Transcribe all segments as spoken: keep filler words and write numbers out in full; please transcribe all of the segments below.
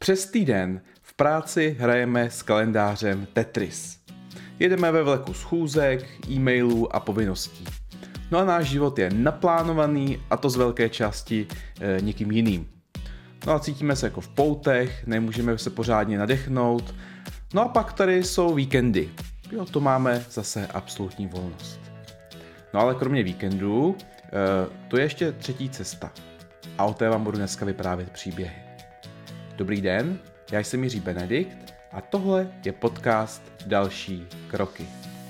Přes týden v práci hrajeme s kalendářem Tetris. Jedeme ve vleku schůzek, e-mailů a povinností. No a náš život je naplánovaný, a to z velké části e, někým jiným. No a cítíme se jako v poutech, nemůžeme se pořádně nadechnout. No a pak tady jsou víkendy. Jo, to máme zase absolutní volnost. No ale kromě víkendů, e, to je ještě třetí cesta. A o té vám budu dneska vyprávět příběhy. Dobrý den, já jsem Jiří Benedikt a tohle je podcast Další kroky.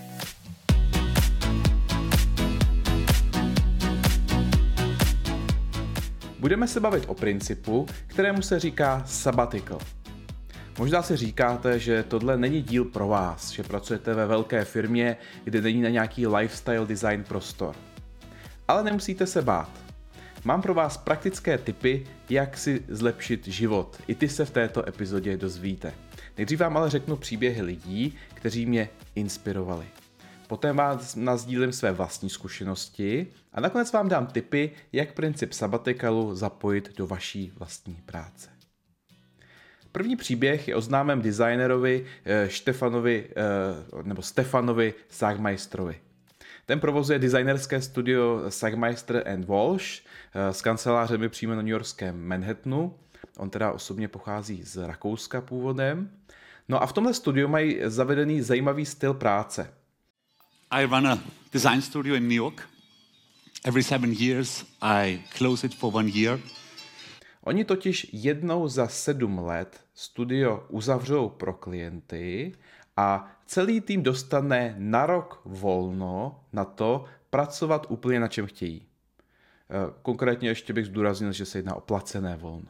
Budeme se bavit o principu, kterému se říká sabbatical. Možná si říkáte, že tohle není díl pro vás, že pracujete ve velké firmě, kde není na nějaký lifestyle design prostor. Ale nemusíte se bát. Mám pro vás praktické tipy, jak si zlepšit život. I ty se v této epizodě dozvíte. Nejdřív vám ale řeknu příběhy lidí, kteří mě inspirovali. Poté vám nasdílím své vlastní zkušenosti a nakonec vám dám tipy, jak princip sabbaticalu zapojit do vaší vlastní práce. První příběh je o známém designerovi Štefanovi, nebo Stefanovi Sagmeistrovi. Ten provozuje designerské studio Sagmeister and Walsh s kancelářemi přímo na newyorském Manhattanu. On teda osobně pochází z Rakouska původem. No a v tomhle studiu mají zavedený zajímavý styl práce. I run a design studio in New York. Every seven years I close it for one year. Oni totiž jednou za sedm let studio uzavřou pro klienty a celý tým dostane na rok volno na to pracovat úplně na čem chtějí. Konkrétně ještě bych zdůraznil, že se jedná o placené volno.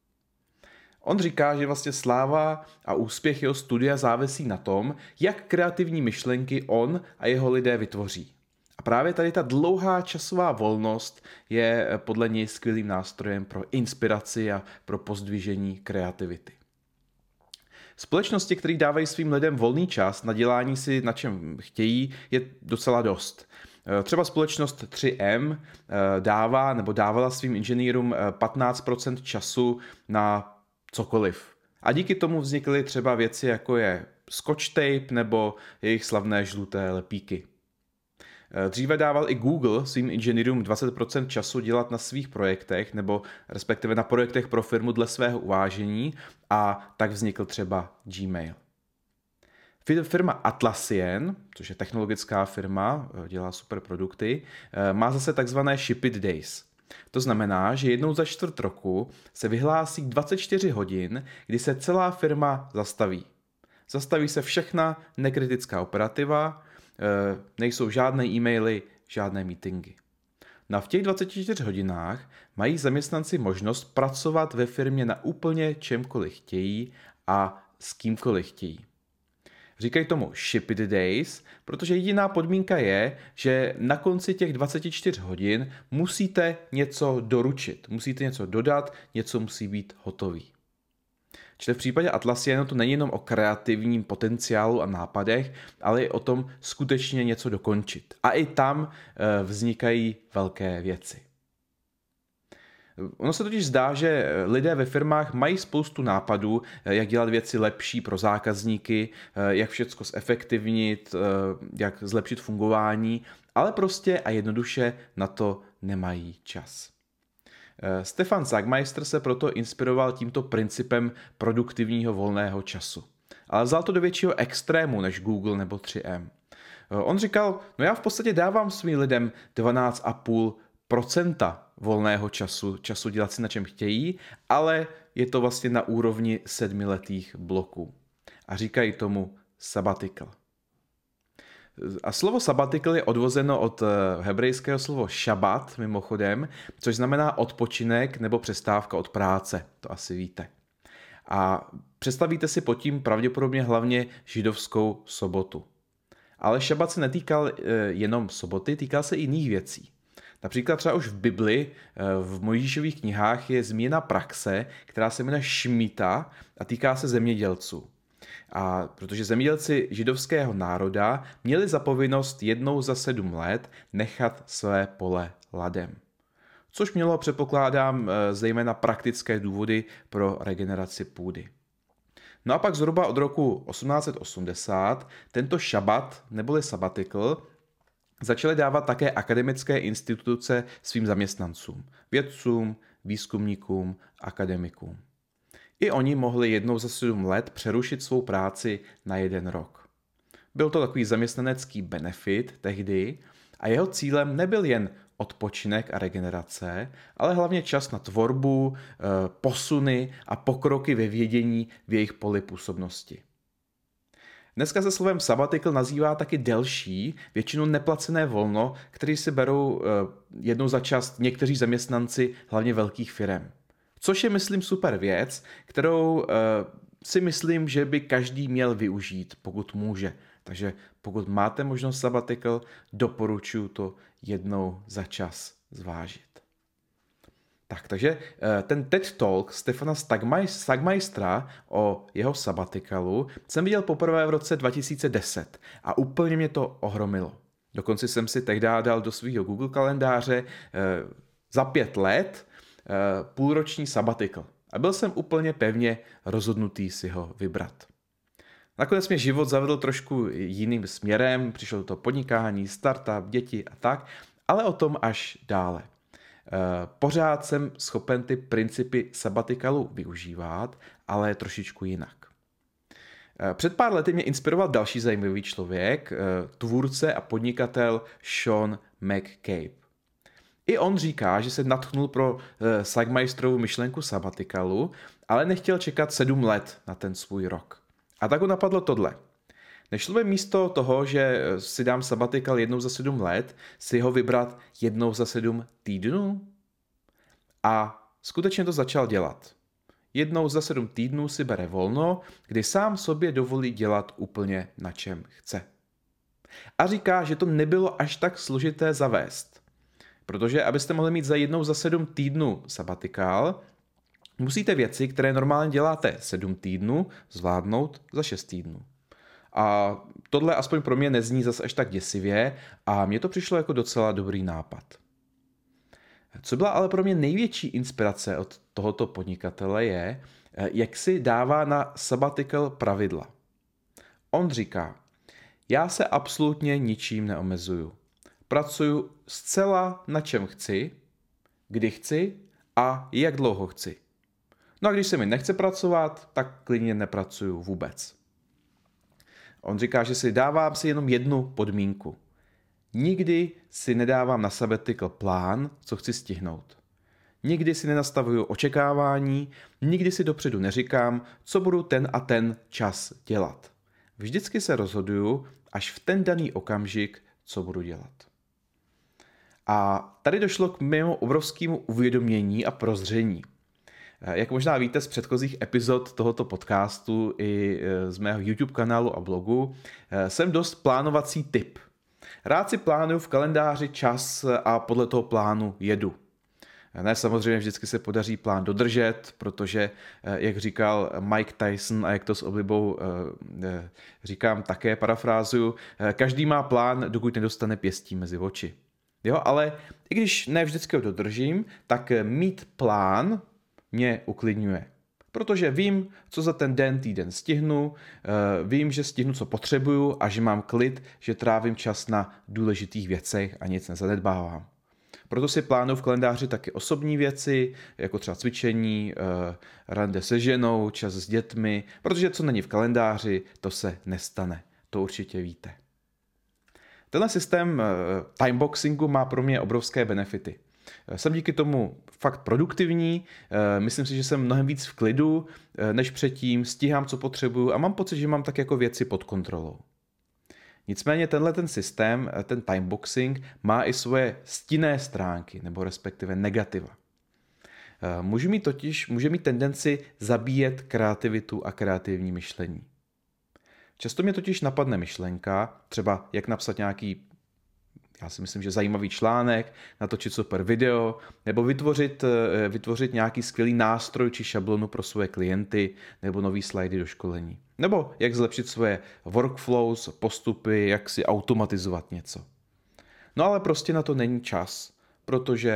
On říká, že vlastně sláva a úspěch jeho studia závisí na tom, jak kreativní myšlenky on a jeho lidé vytvoří. A právě tady ta dlouhá časová volnost je podle něj skvělým nástrojem pro inspiraci a pro pozdvižení kreativity. Společnosti, které dávají svým lidem volný čas na dělání si na čem chtějí, je docela dost. Třeba společnost tři em dává nebo dávala svým inženýrům patnáct procent času na cokoliv. A díky tomu vznikly třeba věci, jako je Scotch tape nebo jejich slavné žluté lepíky. Dříve dával i Google svým inženýrům dvacet procent času dělat na svých projektech nebo respektive na projektech pro firmu dle svého uvážení a tak vznikl třeba Gmail. Firma Atlassian, což je technologická firma, dělá super produkty, má zase takzvané Ship It Days. To znamená, že jednou za čtvrt roku se vyhlásí dvacet čtyři hodin, kdy se celá firma zastaví. Zastaví se všechna nekritická operativa, nejsou žádné e-maily, žádné meetingy. No a v těch dvaceti čtyřech hodinách mají zaměstnanci možnost pracovat ve firmě na úplně čemkoliv chtějí a s kýmkoliv chtějí. Říkají tomu Ship It Days, protože jediná podmínka je, že na konci těch dvaceti čtyř hodin musíte něco doručit, musíte něco dodat, něco musí být hotový. Čili v případě Atlassianu to není jenom o kreativním potenciálu a nápadech, ale i o tom skutečně něco dokončit. A i tam vznikají velké věci. Ono se totiž zdá, že lidé ve firmách mají spoustu nápadů, jak dělat věci lepší pro zákazníky, jak všecko zefektivnit, jak zlepšit fungování, ale prostě a jednoduše na to nemají čas. Stefan Sagmeister se proto inspiroval tímto principem produktivního volného času. Ale vzal to do většího extrému než Google nebo tři em. On říkal, no já v podstatě dávám svým lidem dvanáct celá pět procenta volného času, času dělat si na čem chtějí, ale je to vlastně na úrovni sedmiletých bloků. A říkají tomu sabbatical. A slovo sabbatical je odvozeno od hebrejského slova šabat, mimochodem, což znamená odpočinek nebo přestávka od práce, to asi víte. A představíte si pod tím pravděpodobně hlavně židovskou sobotu. Ale šabat se netýkal jenom soboty, týkal se i jiných věcí. Například třeba už v Bibli, v Mojžíšových knihách je zmíněna praxe, která se jmenuje šmita a týká se zemědělců. A protože zemědělci židovského národa měli za povinnost jednou za sedm let nechat své pole ladem. což mělo, předpokládám, zejména praktické důvody pro regeneraci půdy. No a pak zhruba od roku osmnáct set osmdesát tento šabat neboli sabbatical začaly dávat také akademické instituce svým zaměstnancům, vědcům, výzkumníkům, akademikům. I oni mohli jednou za sedm let přerušit svou práci na jeden rok. Byl to takový zaměstnanecký benefit tehdy a jeho cílem nebyl jen odpočinek a regenerace, ale hlavně čas na tvorbu, posuny a pokroky ve vědění v jejich poli působnosti. Dneska se slovem sabbatical nazývá taky delší, většinou neplacené volno, které si berou jednou za čas někteří zaměstnanci hlavně velkých firem. Což je, myslím, super věc, kterou si myslím, že by každý měl využít, pokud může. Takže pokud máte možnost sabbatical, doporučuji to jednou za čas zvážit. Tak, takže ten TED Talk Stefana Stagmeistera o jeho sabbaticalu jsem viděl poprvé v roce dva tisíce deset a úplně mě to ohromilo. Dokonce jsem si tehdy dal do svého Google kalendáře za pět let půlroční sabbatical a byl jsem úplně pevně rozhodnutý si ho vybrat. Nakonec mě život zavedl trošku jiným směrem, přišlo do toho podnikání, startup, děti a tak, ale o tom až dále. Pořád jsem schopen ty principy sabbaticalu využívat, ale trošičku jinak. Před pár lety mě inspiroval další zajímavý člověk, tvůrce a podnikatel Sean McCabe. I on říká, že se nadchnul pro Stagmeisterovu myšlenku sabbaticalu, ale nechtěl čekat sedm let na ten svůj rok. A tak ho napadlo tohle. Nešlo by místo toho, že si dám sabbatical jednou za sedm let, si ho vybrat jednou za sedm týdnů? A skutečně to začal dělat. Jednou za sedm týdnů si bere volno, kdy sám sobě dovolí dělat úplně na čem chce. A říká, že to nebylo až tak složité zavést. Protože abyste mohli mít za jednou za sedm týdnů sabbatical, musíte věci, které normálně děláte sedm týdnů, zvládnout za šest týdnů. A tohle aspoň pro mě nezní zase až tak děsivě a mně to přišlo jako docela dobrý nápad. Co byla ale pro mě největší inspirace od tohoto podnikatele je, jak si dává na sabbatical pravidla. On říká, já se absolutně ničím neomezuju. Pracuju zcela na čem chci, kdy chci a jak dlouho chci. No a když se mi nechce pracovat, tak klidně nepracuju vůbec. On říká, že si dávám si jenom jednu podmínku. Nikdy si nedávám na sabbatical plán, co chci stihnout. Nikdy si nenastavuju očekávání, nikdy si dopředu neříkám, co budu ten a ten čas dělat. Vždycky se rozhoduju až v ten daný okamžik, co budu dělat. A tady došlo k mému obrovskému uvědomění a prozření. Jak možná víte z předchozích epizod tohoto podcastu i z mého YouTube kanálu a blogu, jsem dost plánovací typ. Rád si plánuju v kalendáři čas a podle toho plánu jedu. Ne, samozřejmě vždycky se podaří plán dodržet, protože, jak říkal Mike Tyson a jak to s oblibou říkám také, parafrázuju, každý má plán, dokud nedostane pěstí mezi oči. Jo, ale i když ne vždycky ho dodržím, tak mít plán mě uklidňuje. Protože vím, co za ten den, týden stihnu, vím, že stihnu, co potřebuju a že mám klid, že trávím čas na důležitých věcech a nic nezanedbávám. Proto si plánuju v kalendáři taky osobní věci, jako třeba cvičení, rande se ženou, čas s dětmi, protože co není v kalendáři, to se nestane. To určitě víte. Tenhle systém timeboxingu má pro mě obrovské benefity. Jsem díky tomu fakt produktivní, myslím si, že jsem mnohem víc v klidu než předtím, stíhám, co potřebuju a mám pocit, že mám tak jako věci pod kontrolou. Nicméně tenhle ten systém, ten timeboxing, má i svoje stinné stránky, nebo respektive negativa. Může mít totiž, může mít tendenci zabíjet kreativitu a kreativní myšlení. Často mě totiž napadne myšlenka, třeba jak napsat nějaký, já si myslím, že zajímavý článek, natočit super video, nebo vytvořit, vytvořit nějaký skvělý nástroj či šablonu pro svoje klienty, nebo nový slajdy do školení. Nebo jak zlepšit svoje workflows, postupy, jak si automatizovat něco. No ale prostě na to není čas, protože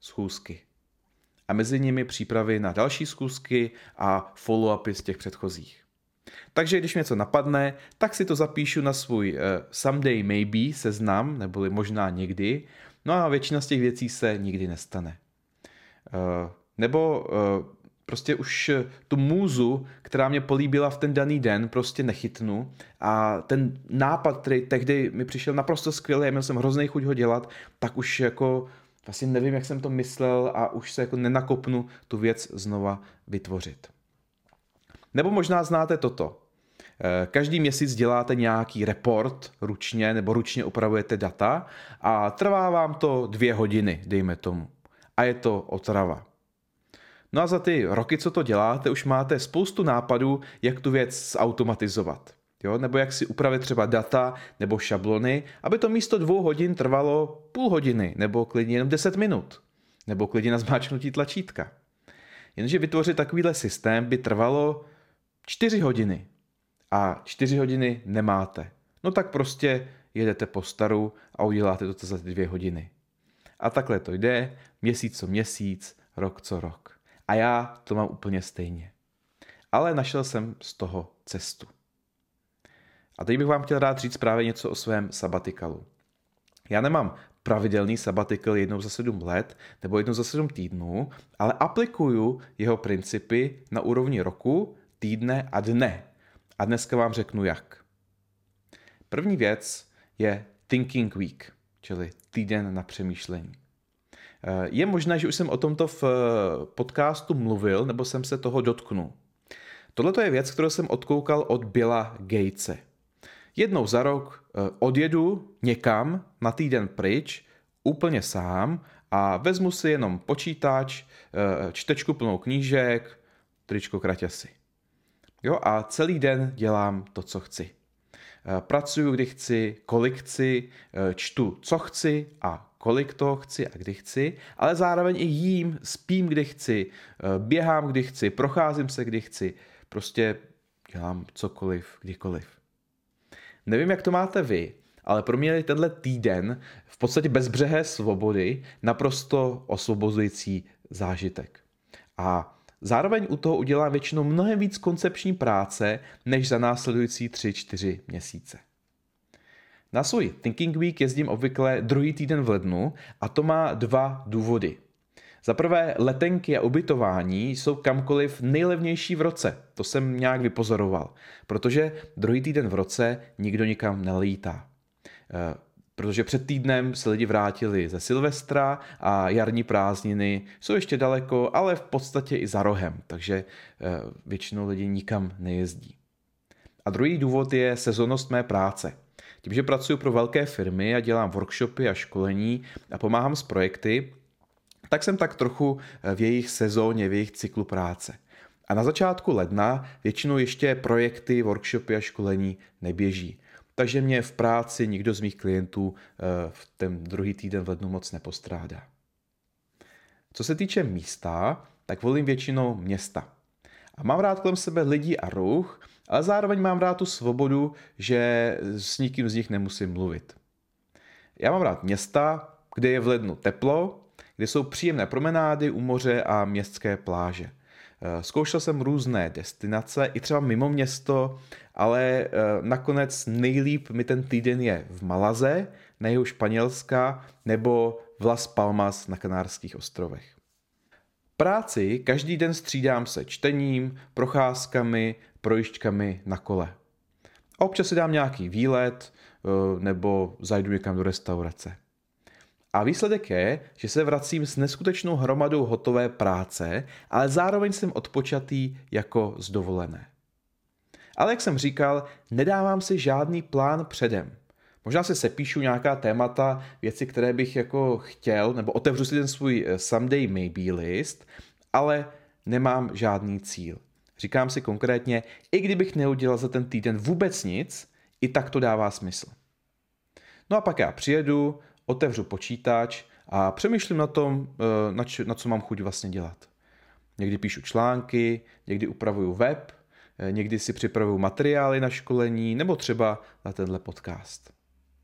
schůzky. A mezi nimi přípravy na další schůzky a follow-upy z těch předchozích. Takže když mě něco napadne, tak si to zapíšu na svůj uh, someday maybe seznam, neboli možná někdy, no a většina z těch věcí se nikdy nestane. Uh, nebo uh, prostě už tu můzu, která mě políbila v ten daný den, prostě nechytnu a ten nápad, který tehdy mi přišel naprosto skvělý a měl jsem hrozný chuť ho dělat, tak už jako vlastně nevím, jak jsem to myslel a už se jako nenakopnu tu věc znova vytvořit. Nebo možná znáte toto. Každý měsíc děláte nějaký report ručně nebo ručně upravujete data a trvá vám to dvě hodiny, dejme tomu. A je to otrava. No a za ty roky, co to děláte, už máte spoustu nápadů, jak tu věc zautomatizovat. Jo? Nebo jak si upravit třeba data nebo šablony, aby to místo dvou hodin trvalo půl hodiny nebo klidně jenom deset minut. Nebo klidně na zmáčknutí tlačítka. Jenže vytvořit takovýhle systém by trvalo čtyři hodiny. A čtyři hodiny nemáte. No tak prostě jedete po staru a uděláte to za dvě hodiny. A takhle to jde, měsíc co měsíc, rok co rok. A já to mám úplně stejně. Ale našel jsem z toho cestu. A teď bych vám chtěl rád říct právě něco o svém sabatikalu. Já nemám pravidelný sabatikal jednou za sedm let nebo jednou za sedm týdnů, ale aplikuju jeho principy na úrovni roku, týdne a dne. A dneska vám řeknu jak. První věc je Thinking Week, čili týden na přemýšlení. Je možné, že už jsem o tomto v podcastu mluvil, nebo jsem se toho dotknul. Tohle je věc, kterou jsem odkoukal od Billa Gatese. Jednou za rok odjedu někam na týden pryč, úplně sám a vezmu si jenom počítač, čtečku plnou knížek, tričko kraťasy. Jo, a celý den dělám to, co chci. Pracuju, kdy chci, kolik chci, čtu, co chci a kolik toho chci a kdy chci, ale zároveň i jím, spím, kdy chci, běhám, kdy chci, procházím se, kdy chci. Prostě dělám cokoliv, kdykoliv. Nevím, jak to máte vy, ale pro mě je tenhle týden v podstatě bezbřehé svobody naprosto osvobozující zážitek. A zároveň u toho udělám většinou mnohem víc koncepční práce, než za následující tři čtyři měsíce. Na svůj Thinking Week jezdím obvykle druhý týden v lednu a to má dva důvody. Za prvé, letenky a ubytování jsou kamkoliv nejlevnější v roce. To jsem nějak vypozoroval, protože druhý týden v roce nikdo nikam nelítá. Protože před týdnem se lidi vrátili ze Silvestra a jarní prázdniny jsou ještě daleko, ale v podstatě i za rohem, takže většinou lidi nikam nejezdí. A druhý důvod je sezonnost mé práce. Tím, že pracuji pro velké firmy a dělám workshopy a školení a pomáhám s projekty, tak jsem tak trochu v jejich sezóně, v jejich cyklu práce. A na začátku ledna většinou ještě projekty, workshopy a školení neběží. Takže mě v práci nikdo z mých klientů v ten druhý týden v lednu moc nepostrádá. Co se týče místa, tak volím většinou města. A mám rád kolem sebe lidi a ruch, ale zároveň mám rád tu svobodu, že s nikým z nich nemusím mluvit. Já mám rád města, kde je v lednu teplo, kde jsou příjemné promenády u moře a městské pláže. Zkoušel jsem různé destinace, i třeba mimo město, ale nakonec nejlíp mi ten týden je v Malaze, na jihu Španělska nebo v Las Palmas na Kanárských ostrovech. Práci každý den střídám se čtením, procházkami, projížďkami na kole. A občas si dám nějaký výlet nebo zajdu někam do restaurace. A výsledek je, že se vracím s neskutečnou hromadou hotové práce, ale zároveň jsem odpočatý jako z dovolené. Ale jak jsem říkal, nedávám si žádný plán předem. Možná si sepíšu nějaká témata, věci, které bych jako chtěl, nebo otevřu si ten svůj someday maybe list, ale nemám žádný cíl. Říkám si konkrétně, i kdybych neudělal za ten týden vůbec nic, i tak to dává smysl. No a pak já přijedu, otevřu počítač a přemýšlím na tom, na, č- na co mám chuť vlastně dělat. Někdy píšu články, někdy upravuju web, někdy si připravuju materiály na školení nebo třeba na tenhle podcast.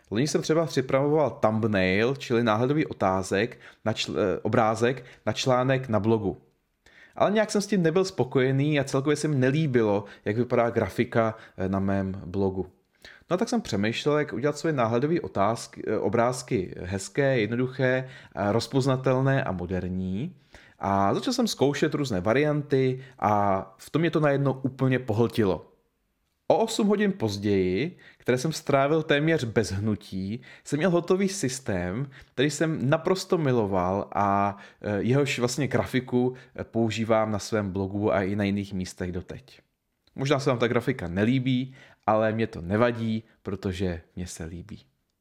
Loni jsem třeba připravoval thumbnail, čili náhledový otázek, na čl- obrázek na článek na blogu. Ale nějak jsem s tím nebyl spokojený a celkově se mi nelíbilo, jak vypadá grafika na mém blogu. No a tak jsem přemýšlel, jak udělat svoje náhledové otázky, obrázky hezké, jednoduché, rozpoznatelné a moderní. A začal jsem zkoušet různé varianty a v tom mě to najednou úplně pohltilo. O osm hodin později, které jsem strávil téměř bez hnutí, jsem měl hotový systém, který jsem naprosto miloval a jehož vlastně grafiku používám na svém blogu a i na jiných místech doteď. Možná se vám ta grafika nelíbí, ale mě to nevadí, protože mě se líbí.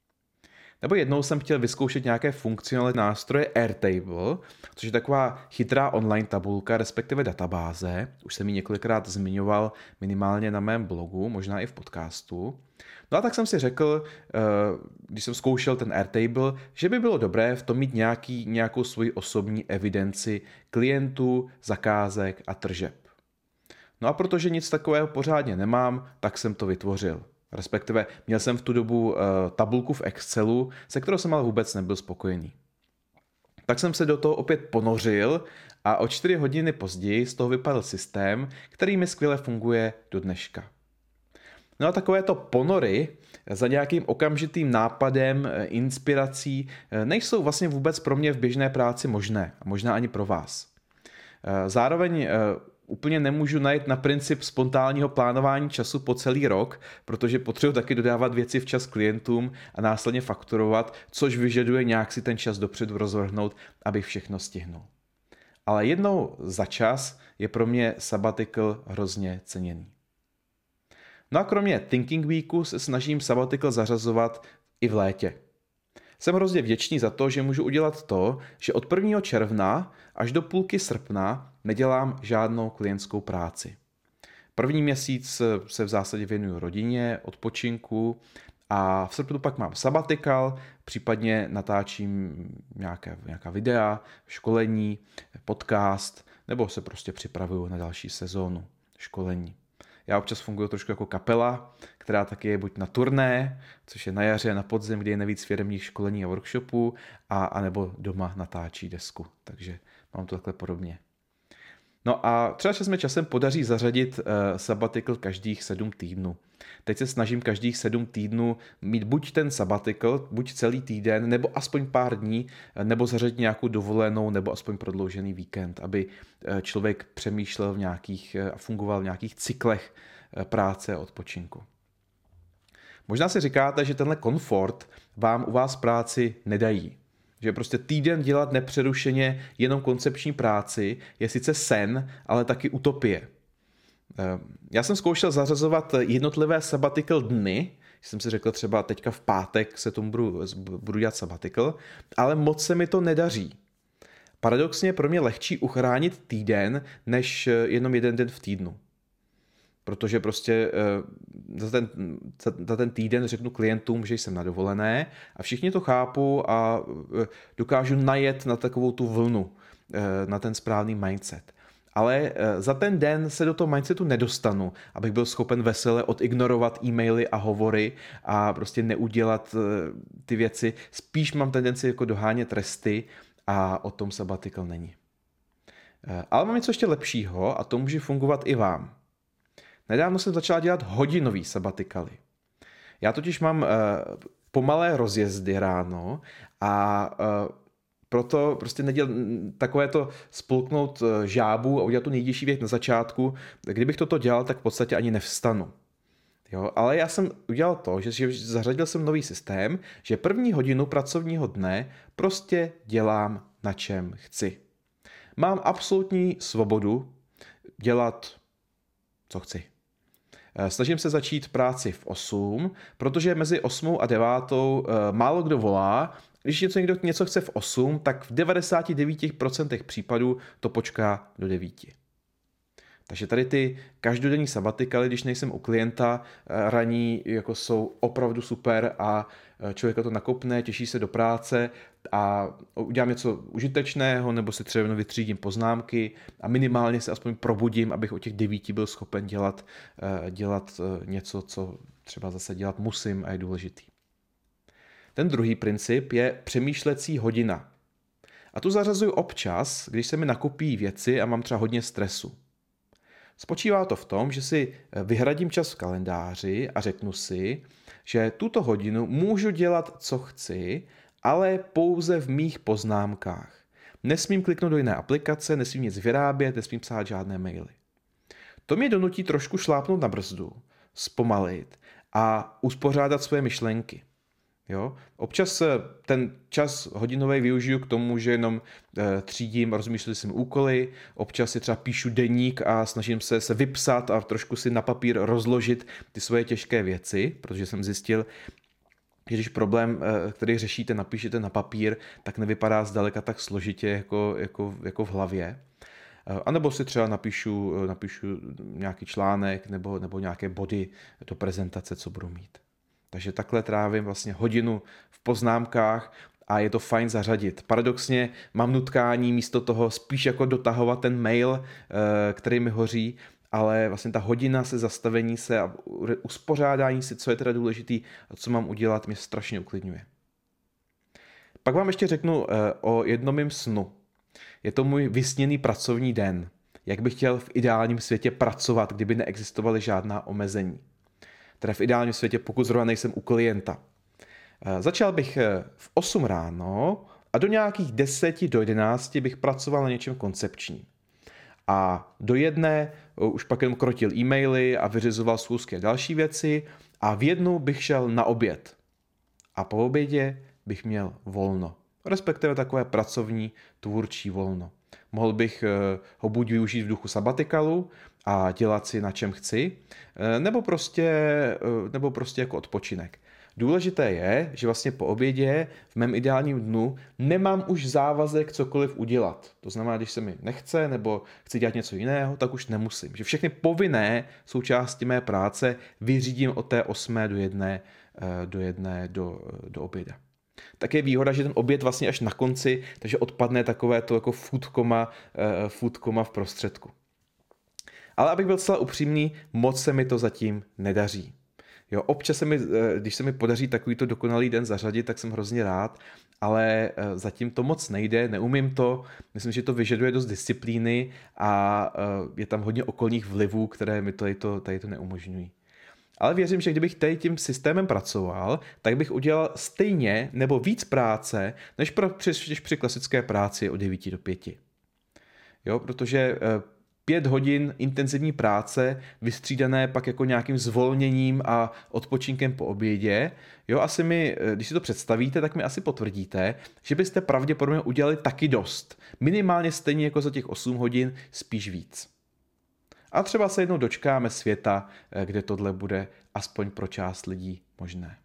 Nebo jednou jsem chtěl vyzkoušet nějaké funkcionální nástroje Airtable, což je taková chytrá online tabulka, respektive databáze. Už jsem ji několikrát zmiňoval minimálně na mém blogu, možná i v podcastu. No a tak jsem si řekl, když jsem zkoušel ten Airtable, že by bylo dobré v tom mít nějaký, nějakou svoji osobní evidenci klientů, zakázek a tržeb. No a protože nic takového pořádně nemám, tak jsem to vytvořil. Respektive měl jsem v tu dobu uh, tabulku v Excelu, se kterou jsem ale vůbec nebyl spokojený. Tak jsem se do toho opět ponořil a o čtyři hodiny později z toho vypadl systém, který mi skvěle funguje do dneška. No a takovéto ponory za nějakým okamžitým nápadem, inspirací nejsou vlastně vůbec pro mě v běžné práci možné a možná ani pro vás. Zároveň úplně nemůžu najít na princip spontánního plánování času po celý rok, protože potřebuji taky dodávat věci včas klientům a následně fakturovat, což vyžaduje nějak si ten čas dopředu rozvrhnout, abych všechno stihnul. Ale jednou za čas je pro mě sabbatical hrozně ceněný. No a kromě Thinking Weeku se snažím sabbatical zařazovat i v létě. Jsem hrozně vděčný za to, že můžu udělat to, že od prvního června až do půlky srpna nedělám žádnou klientskou práci. První měsíc se v zásadě věnuju rodině, odpočinku a v srpnu pak mám sabbatical, případně natáčím nějaké, nějaká videa, školení, podcast, nebo se prostě připravuju na další sezónu školení. Já občas funguji trošku jako kapela, která taky je buď na turné, což je na jaře, na podzim, kdy je nejvíc firemních školení a workshopů, a, a nebo doma natáčí desku. Takže mám to takhle podobně. No a třeba se mi časem podaří zařadit uh, sabbatical každých sedm týdnů. Teď se snažím každých sedm týdnů mít buď ten sabbatical, buď celý týden, nebo aspoň pár dní, nebo zařadit nějakou dovolenou, nebo aspoň prodloužený víkend, aby člověk přemýšlel v nějakých a fungoval v nějakých cyklech práce a odpočinku. Možná si říkáte, že tenhle komfort vám u vás práci nedají. Že prostě týden dělat nepřerušeně jenom koncepční práci je sice sen, ale taky utopie. Já jsem zkoušel zařazovat jednotlivé sabbatical dny, jsem si řekl třeba teďka v pátek se tomu budu, budu dělat sabbatical, ale moc se mi to nedaří. Paradoxně je pro mě lehčí uchránit týden, než jenom jeden den v týdnu. Protože prostě za ten, za ten týden řeknu klientům, že jsem na dovolené a všichni to chápou a dokážu najet na takovou tu vlnu, na ten správný mindset. Ale za ten den se do toho mindsetu nedostanu, abych byl schopen vesele odignorovat e-maily a hovory a prostě neudělat ty věci. Spíš mám tendenci jako dohánět resty a o tom sabbatical není. Ale mám něco ještě lepšího a to může fungovat i vám. Nedávno jsem začal dělat hodinový sabbaticaly. Já totiž mám uh, pomalé rozjezdy ráno a uh, proto prostě neděl takové to spolknout žábu a udělat tu nejdější věc na začátku. Kdybych toto dělal, tak v podstatě ani nevstanu. Jo, ale já jsem udělal to, že, že zařadil jsem nový systém, že první hodinu pracovního dne prostě dělám, na čem chci. Mám absolutní svobodu dělat, co chci. Snažím se začít práci v osm, protože mezi osmou a devátou málo kdo volá. Když něco někdo něco chce v osm, tak v devadesát devět procent případů to počká do devíti. Takže tady ty každodenní sabbaticaly, když nejsem u klienta, ranní jako jsou opravdu super a člověka to nakopne, těší se do práce a udělám něco užitečného nebo si třeba vytřídím poznámky a minimálně se aspoň probudím, abych o těch devíti byl schopen dělat, dělat něco, co třeba zase dělat musím a je důležitý. Ten druhý princip je přemýšlecí hodina. A tu zařazuju občas, když se mi nakupí věci a mám třeba hodně stresu. Spočívá to v tom, že si vyhradím čas v kalendáři a řeknu si, že tuto hodinu můžu dělat, co chci, ale pouze v mých poznámkách. Nesmím kliknout do jiné aplikace, nesmím nic vyrábět, nesmím psát žádné maily. To mě donutí trošku šlápnout na brzdu, zpomalit a uspořádat své myšlenky. Jo? Občas ten čas hodinový využiju k tomu, že jenom e, třídím a rozmýšlím si úkoly, občas si třeba píšu deník a snažím se se vypsat a trošku si na papír rozložit ty svoje těžké věci, protože jsem zjistil, že když problém, e, který řešíte, napíšete na papír, tak nevypadá zdaleka tak složitě jako, jako, jako v hlavě. A nebo si třeba napíšu, napíšu nějaký článek nebo, nebo nějaké body do prezentace, co budu mít. Takže takhle trávím vlastně hodinu v poznámkách a je to fajn zařadit. Paradoxně mám nutkání místo toho spíš jako dotahovat ten mail, který mi hoří, ale vlastně ta hodina se zastavení se a uspořádání si, co je teda důležitý a co mám udělat, mě strašně uklidňuje. Pak vám ještě řeknu o jednom mým snu. Je to můj vysněný pracovní den. Jak bych chtěl v ideálním světě pracovat, kdyby neexistovaly žádná omezení. Teda v ideálním světě, pokud zrovna nejsem u klienta. Začal bych v osm ráno a do nějakých deseti do jedenácti bych pracoval na něčem koncepčním. A do jedné už pak jenom krotil e-maily a vyřizoval schůzky a další věci a v jednu bych šel na oběd. A po obědě bych měl volno. Respektive takové pracovní, tvůrčí volno. Mohl bych ho buď využít v duchu sabatikalu a dělat si na čem chci, nebo prostě, nebo prostě jako odpočinek. Důležité je, že vlastně po obědě v mém ideálním dnu nemám už závazek cokoliv udělat. To znamená, když se mi nechce nebo chci dělat něco jiného, tak už nemusím. Že všechny povinné součásti mé práce vyřídím od té osmé do jedné do, jedné do, do oběda. Tak je výhoda, že ten oběd vlastně až na konci, takže odpadne takové to jako food coma, uh, food coma v prostředku. Ale abych byl celá upřímný, moc se mi to zatím nedaří. Jo, občas se mi, když se mi podaří takovýto dokonalý den zařadit, tak jsem hrozně rád, ale zatím to moc nejde, neumím to, myslím, že to vyžaduje dost disciplíny a je tam hodně okolních vlivů, které mi tady to, tady to neumožňují. Ale věřím, že kdybych tady tím systémem pracoval, tak bych udělal stejně nebo víc práce, než, pro, než při klasické práci od devíti do pěti. Jo, protože pět hodin intenzivní práce, vystřídané pak jako nějakým zvolněním a odpočinkem po obědě, jo, asi mi, když si to představíte, tak mi asi potvrdíte, že byste pravděpodobně udělali taky dost. Minimálně stejně jako za těch osm hodin, spíš víc. A třeba se jednou dočkáme světa, kde tohle bude aspoň pro část lidí možné.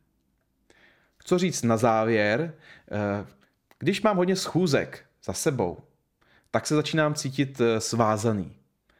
Co říct na závěr? Když mám hodně schůzek za sebou, tak se začínám cítit svázaný.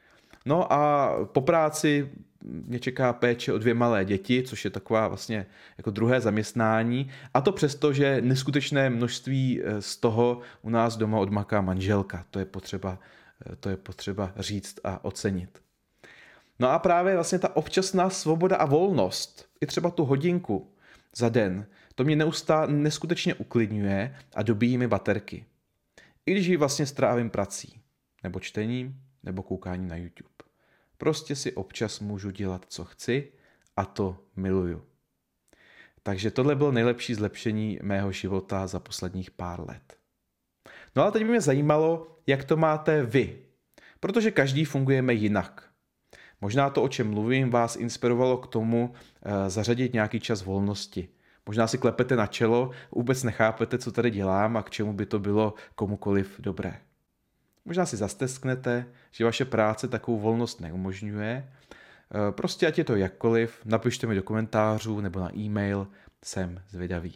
No a po práci mě čeká péče o dvě malé děti, což je taková vlastně jako druhé zaměstnání. A to přesto, že neskutečné množství z toho u nás doma odmaká manželka. To je potřeba, to je potřeba říct a ocenit. No a právě vlastně ta občasná svoboda a volnost, i třeba tu hodinku za den, to mě neustále neskutečně uklidňuje a dobíjí mi baterky. I když ji vlastně strávím prací, nebo čtením, nebo koukáním na YouTube. Prostě si občas můžu dělat, co chci a to miluju. Takže tohle bylo nejlepší zlepšení mého života za posledních pár let. No ale teď by mě zajímalo, jak to máte vy, protože každý fungujeme jinak. Možná to, o čem mluvím, vás inspirovalo k tomu e, zařadit nějaký čas volnosti. Možná si klepete na čelo, vůbec nechápete, co tady dělám a k čemu by to bylo komukoliv dobré. Možná si zastesknete, že vaše práce takovou volnost neumožňuje. E, prostě ať je to jakkoliv, napište mi do komentářů nebo na e-mail, jsem zvědavý.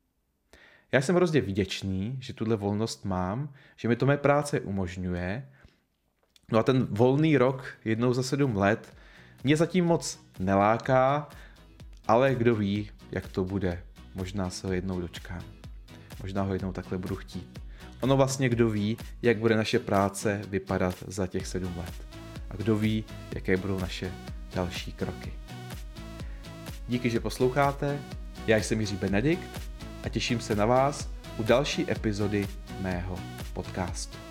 Já jsem hrozně vděčný, že tuhle volnost mám, že mi to mé práce umožňuje. No a ten volný rok jednou za sedm let mě zatím moc neláká, ale kdo ví, jak to bude. Možná se ho jednou dočkám. Možná ho jednou takhle budu chtít. Ono vlastně kdo ví, jak bude naše práce vypadat za těch sedm let. A kdo ví, jaké budou naše další kroky. Díky, že posloucháte. Já jsem Jiří Benedikt a těším se na vás u další epizody mého podcastu.